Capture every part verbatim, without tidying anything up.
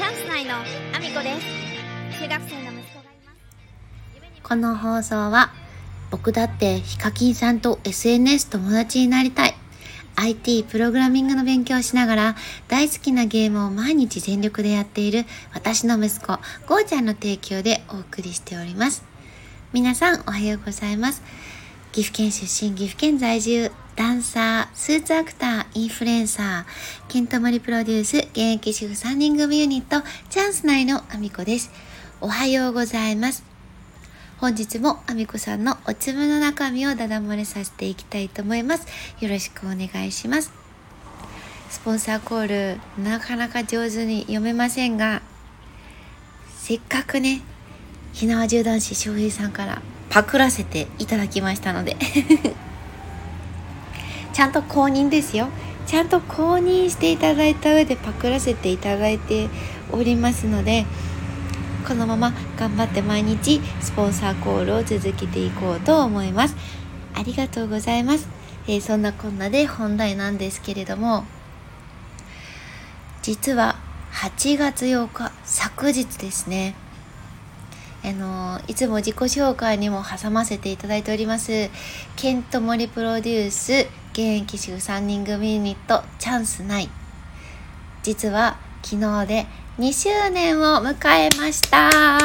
ャンス内のアミコです。中学生の息子がいます。 この放送は僕だってヒカキンさんと エスエヌエス 友達になりたい、 アイティー プログラミングの勉強をしながら大好きなゲームを毎日全力でやっている私の息子ゴーちゃんの提供でお送りしております。皆さんおはようございます。岐阜県出身、岐阜県在住、ダンサー、スーツアクター、インフルエンサー、ケントモリプロデュース、現役主婦さんにん組ユニット、チャンス内のアミコです。おはようございます。本日もアミコさんのお粒の中身をダダ漏れさせていきたいと思います。よろしくお願いします。スポンサーコール、なかなか上手に読めませんが、せっかくね、火縄銃男子翔平さんからパクらせていただきましたのでちゃんと公認ですよ。ちゃんと公認していただいた上でパクらせていただいておりますので、このまま頑張って毎日スポンサーコールを続けていこうと思います。ありがとうございます。えー、そんなこんなで本題なんですけれども、実ははちがつようか、昨日ですね、あのいつも自己紹介にも挟ませていただいておりますケントモリプロデュース現役主婦さんにん組ユニットチャンスない、実は昨日でにしゅうねんを迎えました。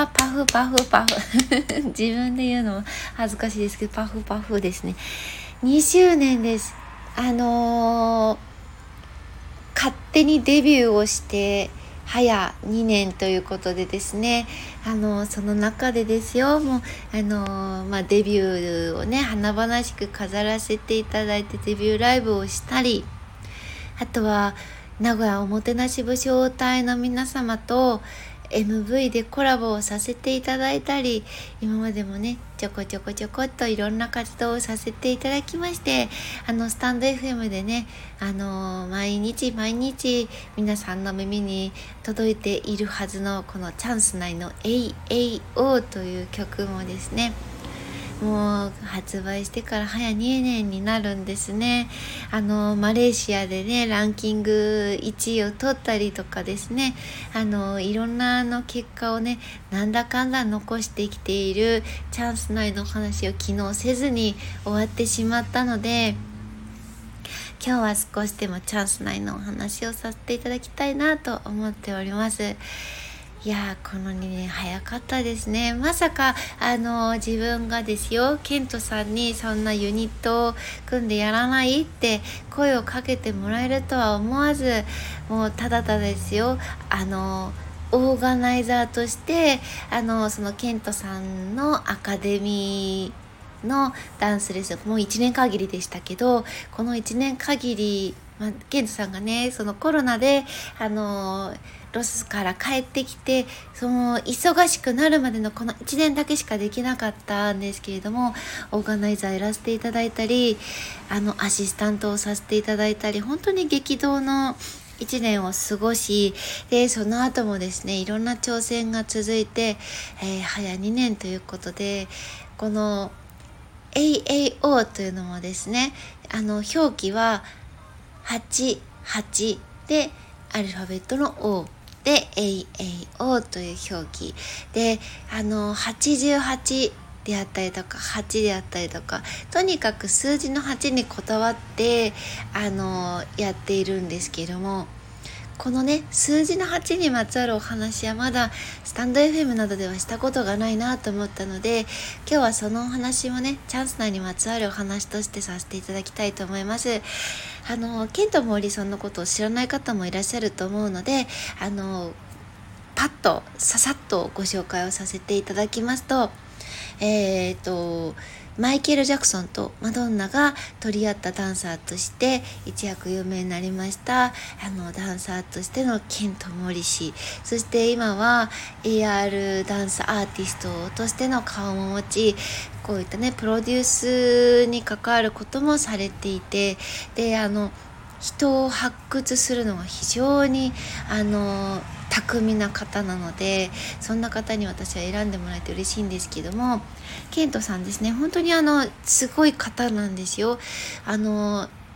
パフパフパフ自分で言うのも恥ずかしいですけど、パフパフですね。にしゅうねんです。あのー、勝手にデビューをして早にねんということでですね、あのその中でですよ、もうあの、まあ、デビューをね華々しく飾らせていただいてデビューライブをしたり、あとは名古屋おもてなし部招待の皆様と エムブイ でコラボをさせていただいたり、今までもねちょこちょこちょこっといろんな活動をさせていただきまして、あのスタンド エフエム でね、あの毎日毎日皆さんの耳に届いているはずのこのチャンス内の エーエーオー という曲もですね、もう発売してから早にねんになるんですね。あのマレーシアでねランキングいちいを取ったりとかですね、あのいろんなの結果をねなんだかんだ残してきているチャンス内の話を昨日せずに終わってしまったので、今日は少しでもチャンス内のお話をさせていただきたいなと思っております。いやー、このにねん早かったですね。まさかあの自分がですよ、ケントさんにそんなユニットを組んでやらないって声をかけてもらえるとは思わず、もうただただですよ、あのオーガナイザーとしてあのそのケントさんのアカデミーのダンスレッスン、もういちねん限りでしたけど、このいちねん限り、まあ、ケントさんがねそのコロナであのロスから帰ってきて、その忙しくなるまでのこのいちねんだけしかできなかったんですけれども、オーガナイザーやらせていただいたり、あのアシスタントをさせていただいたり、本当に激動のいちねんを過ごし、でその後もですねいろんな挑戦が続いて、えー、早にねんということで、この エーエーオー というのもですね、あの表記ははちはちでアルファベットの O で エーエーオー という表記で、あのはちじゅうはちであったりとかはちであったりとか、とにかく数字のはちにこだわってあのやっているんですけれども、このね数字のはちにまつわるお話はまだスタンド エフエム などではしたことがないなと思ったので、今日はそのお話もねチャンス内にまつわるお話としてさせていただきたいと思います。あのケントモーリーさんのことを知らない方もいらっしゃると思うので、あのパッとささっとご紹介をさせていただきますと、えーとマイケル・ジャクソンとマドンナが取り合ったダンサーとして一躍有名になりましたあのダンサーとしてのケント・モリ氏、そして今は エーアール ダンスアーティストとしての顔も持ち、こういったねプロデュースに関わることもされていて、であの人を発掘するのが非常にあの巧みな方なので、そんな方に私は選んでもらえて嬉しいんですけども、ケントさんですね、本当にあのすごい方なんですよ。あの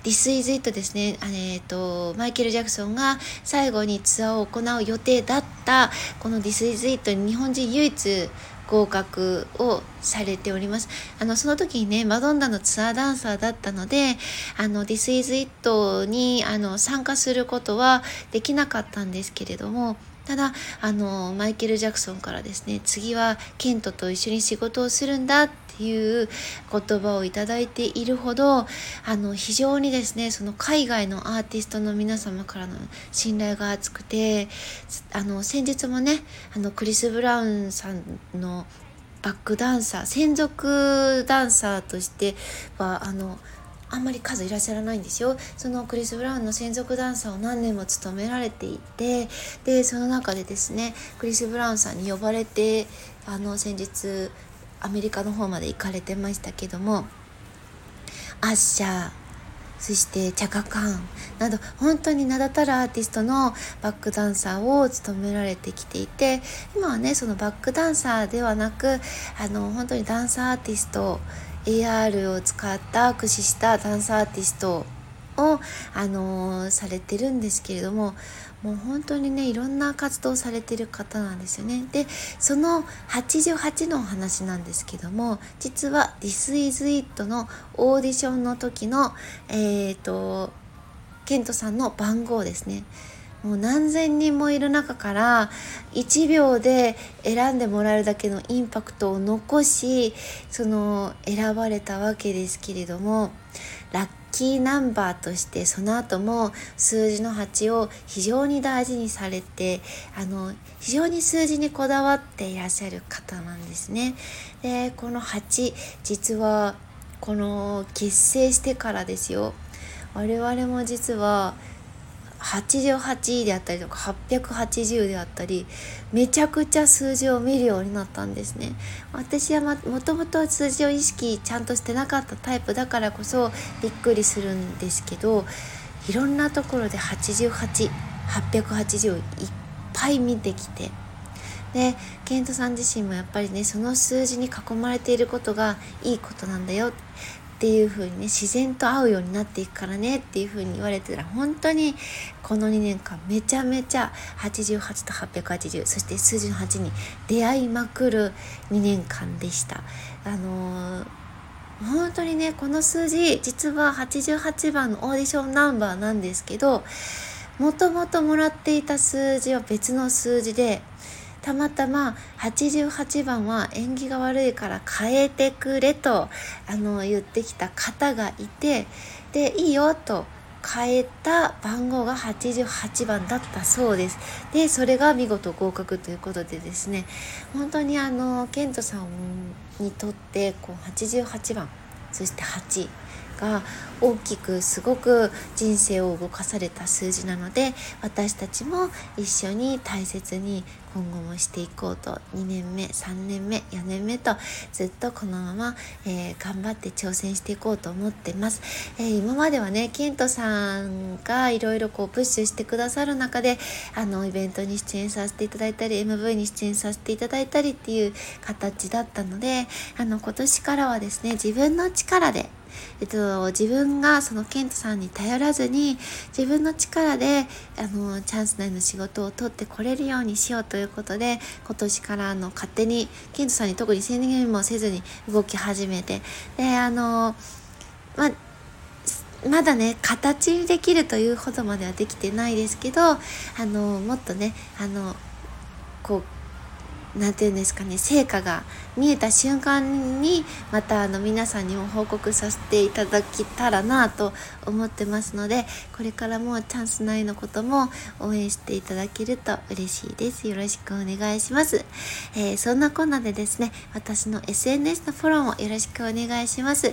This is it ですね。あえーと、マイケル・ジャクソンが最後にツアーを行う予定だったこの This is it に日本人唯一合格をされております。あのその時にねマドンナのツアーダンサーだったので、あの This is it にあの参加することはできなかったんですけれども、ただあのマイケル・ジャクソンからですね、次はケントと一緒に仕事をするんだっていう言葉をいただいているほど、あの非常にですねその海外のアーティストの皆様からの信頼が厚くて、あの先日もねあのクリス・ブラウンさんのバックダンサー、専属ダンサーとしてはあのあんまり数いらっしゃらないんですよ。そのクリス・ブラウンの専属ダンサーを何年も務められていて、でその中でですねクリス・ブラウンさんに呼ばれてあの先日アメリカの方まで行かれてましたけども、アッシャー、そしてチャカカーンなど本当に名だたるアーティストのバックダンサーを務められてきていて、今はねそのバックダンサーではなく、あの本当にダンサーアーティスト、エーアール を使った駆使したダンサーアーティストを、あのー、されてるんですけれども、もう本当にねいろんな活動をされてる方なんですよね。でそのはちじゅうはちのお話なんですけども、実は This is it のオーディションの時のえーとケントさんの番号ですね。もう何千人もいる中からいちびょうで選んでもらえるだけのインパクトを残し、その選ばれたわけですけれども、ラッキーナンバーとしてその後も数字のはちを非常に大事にされて、あの非常に数字にこだわっていらっしゃる方なんですね。でこのはち、実はこの結成してからですよ、我々も実ははちじゅうはちであったりとかはっぴゃくはちじゅうであったり、めちゃくちゃ数字を見るようになったんですね。私はもともと数字を意識ちゃんとしてなかったタイプだからこそびっくりするんですけど、いろんなところではちじゅうはち、はっぴゃくはちじゅうをいっぱい見てきて、でケントさん自身もやっぱりねその数字に囲まれていることがいいことなんだよっていう風にね、自然と合うようになっていくからねっていう風に言われてたら、本当にこのにねんかんめちゃめちゃはちじゅうはちとはっぴゃくはちじゅう、そして数字のはちに出会いまくるにねんかんでした。あのー、本当にねこの数字実ははちじゅうはちばんのオーディションナンバーなんですけど、もともともらっていた数字は別の数字で、たまたまはちじゅうはちばんは縁起が悪いから変えてくれとあの言ってきた方がいて、でいいよと変えた番号がはちじゅうはちばんだったそうです。でそれが見事合格ということでですね、本当にあのケントさんにとってこうはちじゅうはちばん、そしてはちが大きくすごく人生を動かされた数字なので、私たちも一緒に大切に今後もしていこうと、にねんめ、さんねんめ、よねんめとずっとこのまま、えー、頑張って挑戦していこうと思ってます。えー、今まではねケントさんがいろいろこうプッシュしてくださる中で、あのイベントに出演させていただいたり エムブイ に出演させていただいたりっていう形だったので、あの今年からはですね自分の力でえっと、自分がそのケントさんに頼らずに自分の力であのチャンス内の仕事を取ってこれるようにしようということで、今年からあの勝手にケントさんに特に宣言もせずに動き始めて、であのままだね形にできるというほどまではできてないですけど、あのもっとねあのこうなんていうんですかね、成果が見えた瞬間にまたあの皆さんにも報告させていただけたらなと思ってますので、これからもチャンス内のことも応援していただけると嬉しいです。よろしくお願いします。えー、そんなこんなでですね、私の エスエヌエス のフォローもよろしくお願いします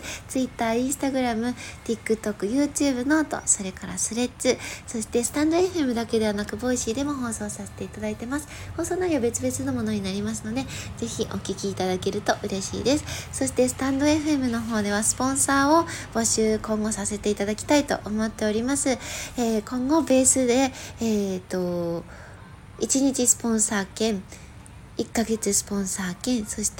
。Twitter、Instagram、TikTok、YouTube、ノート、それからスレッズ、そしてスタンド エフエム だけではなくボイシーでも放送させていただいてます。放送内容別々のものになりますなりますので、ぜひお聞きいただけると嬉しいです。そしてスタンド エフエム の方ではスポンサーを募集今後させていただきたいと思っております。えー、今後ベースで、えーと、いちにちスポンサー券、いっかげつスポンサー券、そして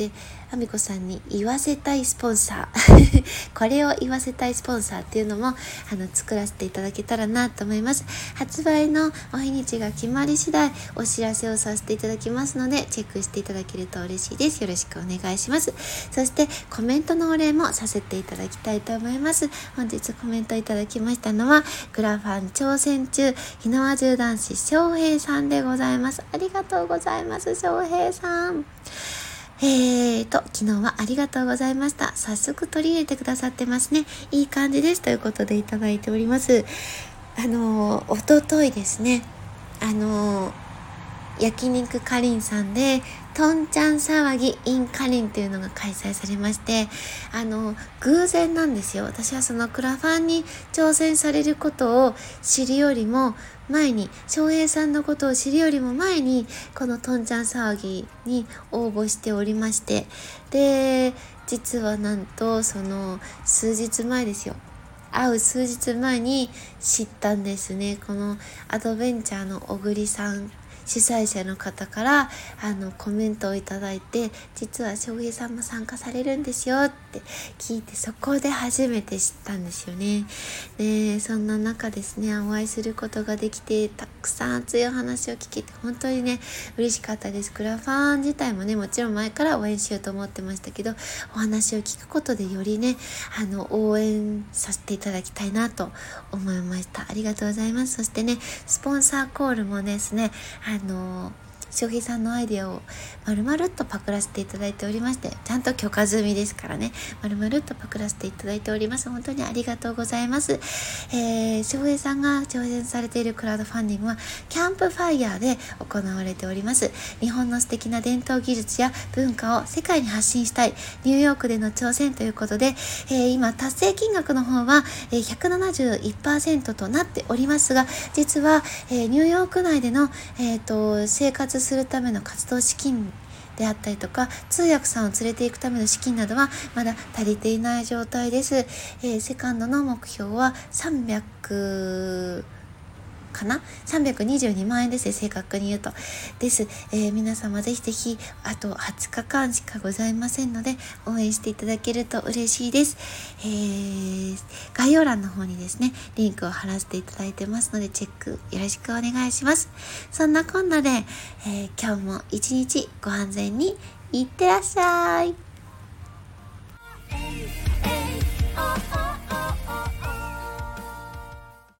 あみこさんに言わせたいスポンサーこれを言わせたいスポンサーっていうのもあの作らせていただけたらなと思います。発売のお日にちが決まり次第お知らせをさせていただきますので、チェックしていただけると嬉しいです。よろしくお願いします。そしてコメントのお礼もさせていただきたいと思います。本日コメントいただきましたのはグラファン挑戦中火の輪銃男子翔平さんでございます。ありがとうございます翔平さん。えーと、昨日はありがとうございました。早速取り入れてくださってますね。いい感じですということでいただいております。あの、おとといですね、あの、焼肉かりんさんでとんちゃん騒ぎ in かりんというのが開催されまして、あの偶然なんですよ。私はそのクラファンに挑戦されることを知るよりも前に、翔平さんのことを知るよりも前にこのとんちゃん騒ぎに応募しておりまして、で実はなんとその数日前ですよ、会う数日前に知ったんですね。このアドベンチャーの小栗さん主催者の方からあのコメントをいただいて、実は翔平さんも参加されるんですよって聞いて、そこで初めて知ったんですよね。でそんな中ですね、お会いすることができて、たくさん熱いお話を聞けて本当にね嬉しかったです。クラファン自体もねもちろん前から応援しようと思ってましたけど、お話を聞くことでよりねあの応援させていただきたいなと思いました。ありがとうございます。そしてねスポンサーコールもですね、あの翔平さんのアイデアを丸々っとパクらせていただいておりまして、ちゃんと許可済みですからね、丸々っとパクらせていただいております。本当にありがとうございます。えー、翔平さんが挑戦されているクラウドファンディングはキャンプファイヤーで行われております。日本の素敵な伝統技術や文化を世界に発信したいニューヨークでの挑戦ということで、えー、今達成金額の方は ひゃくななじゅういちパーセント となっておりますが、実は、えー、ニューヨーク内での、えーと、生活するための活動資金であったりとか、通訳さんを連れていくための資金などはまだ足りていない状態です。えー、セカンドの目標はさんびゃくかなさんびゃくにじゅうにまんえんですね、正確に言うとです、えー、皆様ぜひぜひあとはつかかんしかございませんので応援していただけると嬉しいです。えー、概要欄の方にですねリンクを貼らせていただいてますのでチェックよろしくお願いします。そんなこんなで、えー、今日も一日ご安全にいってらっしゃい。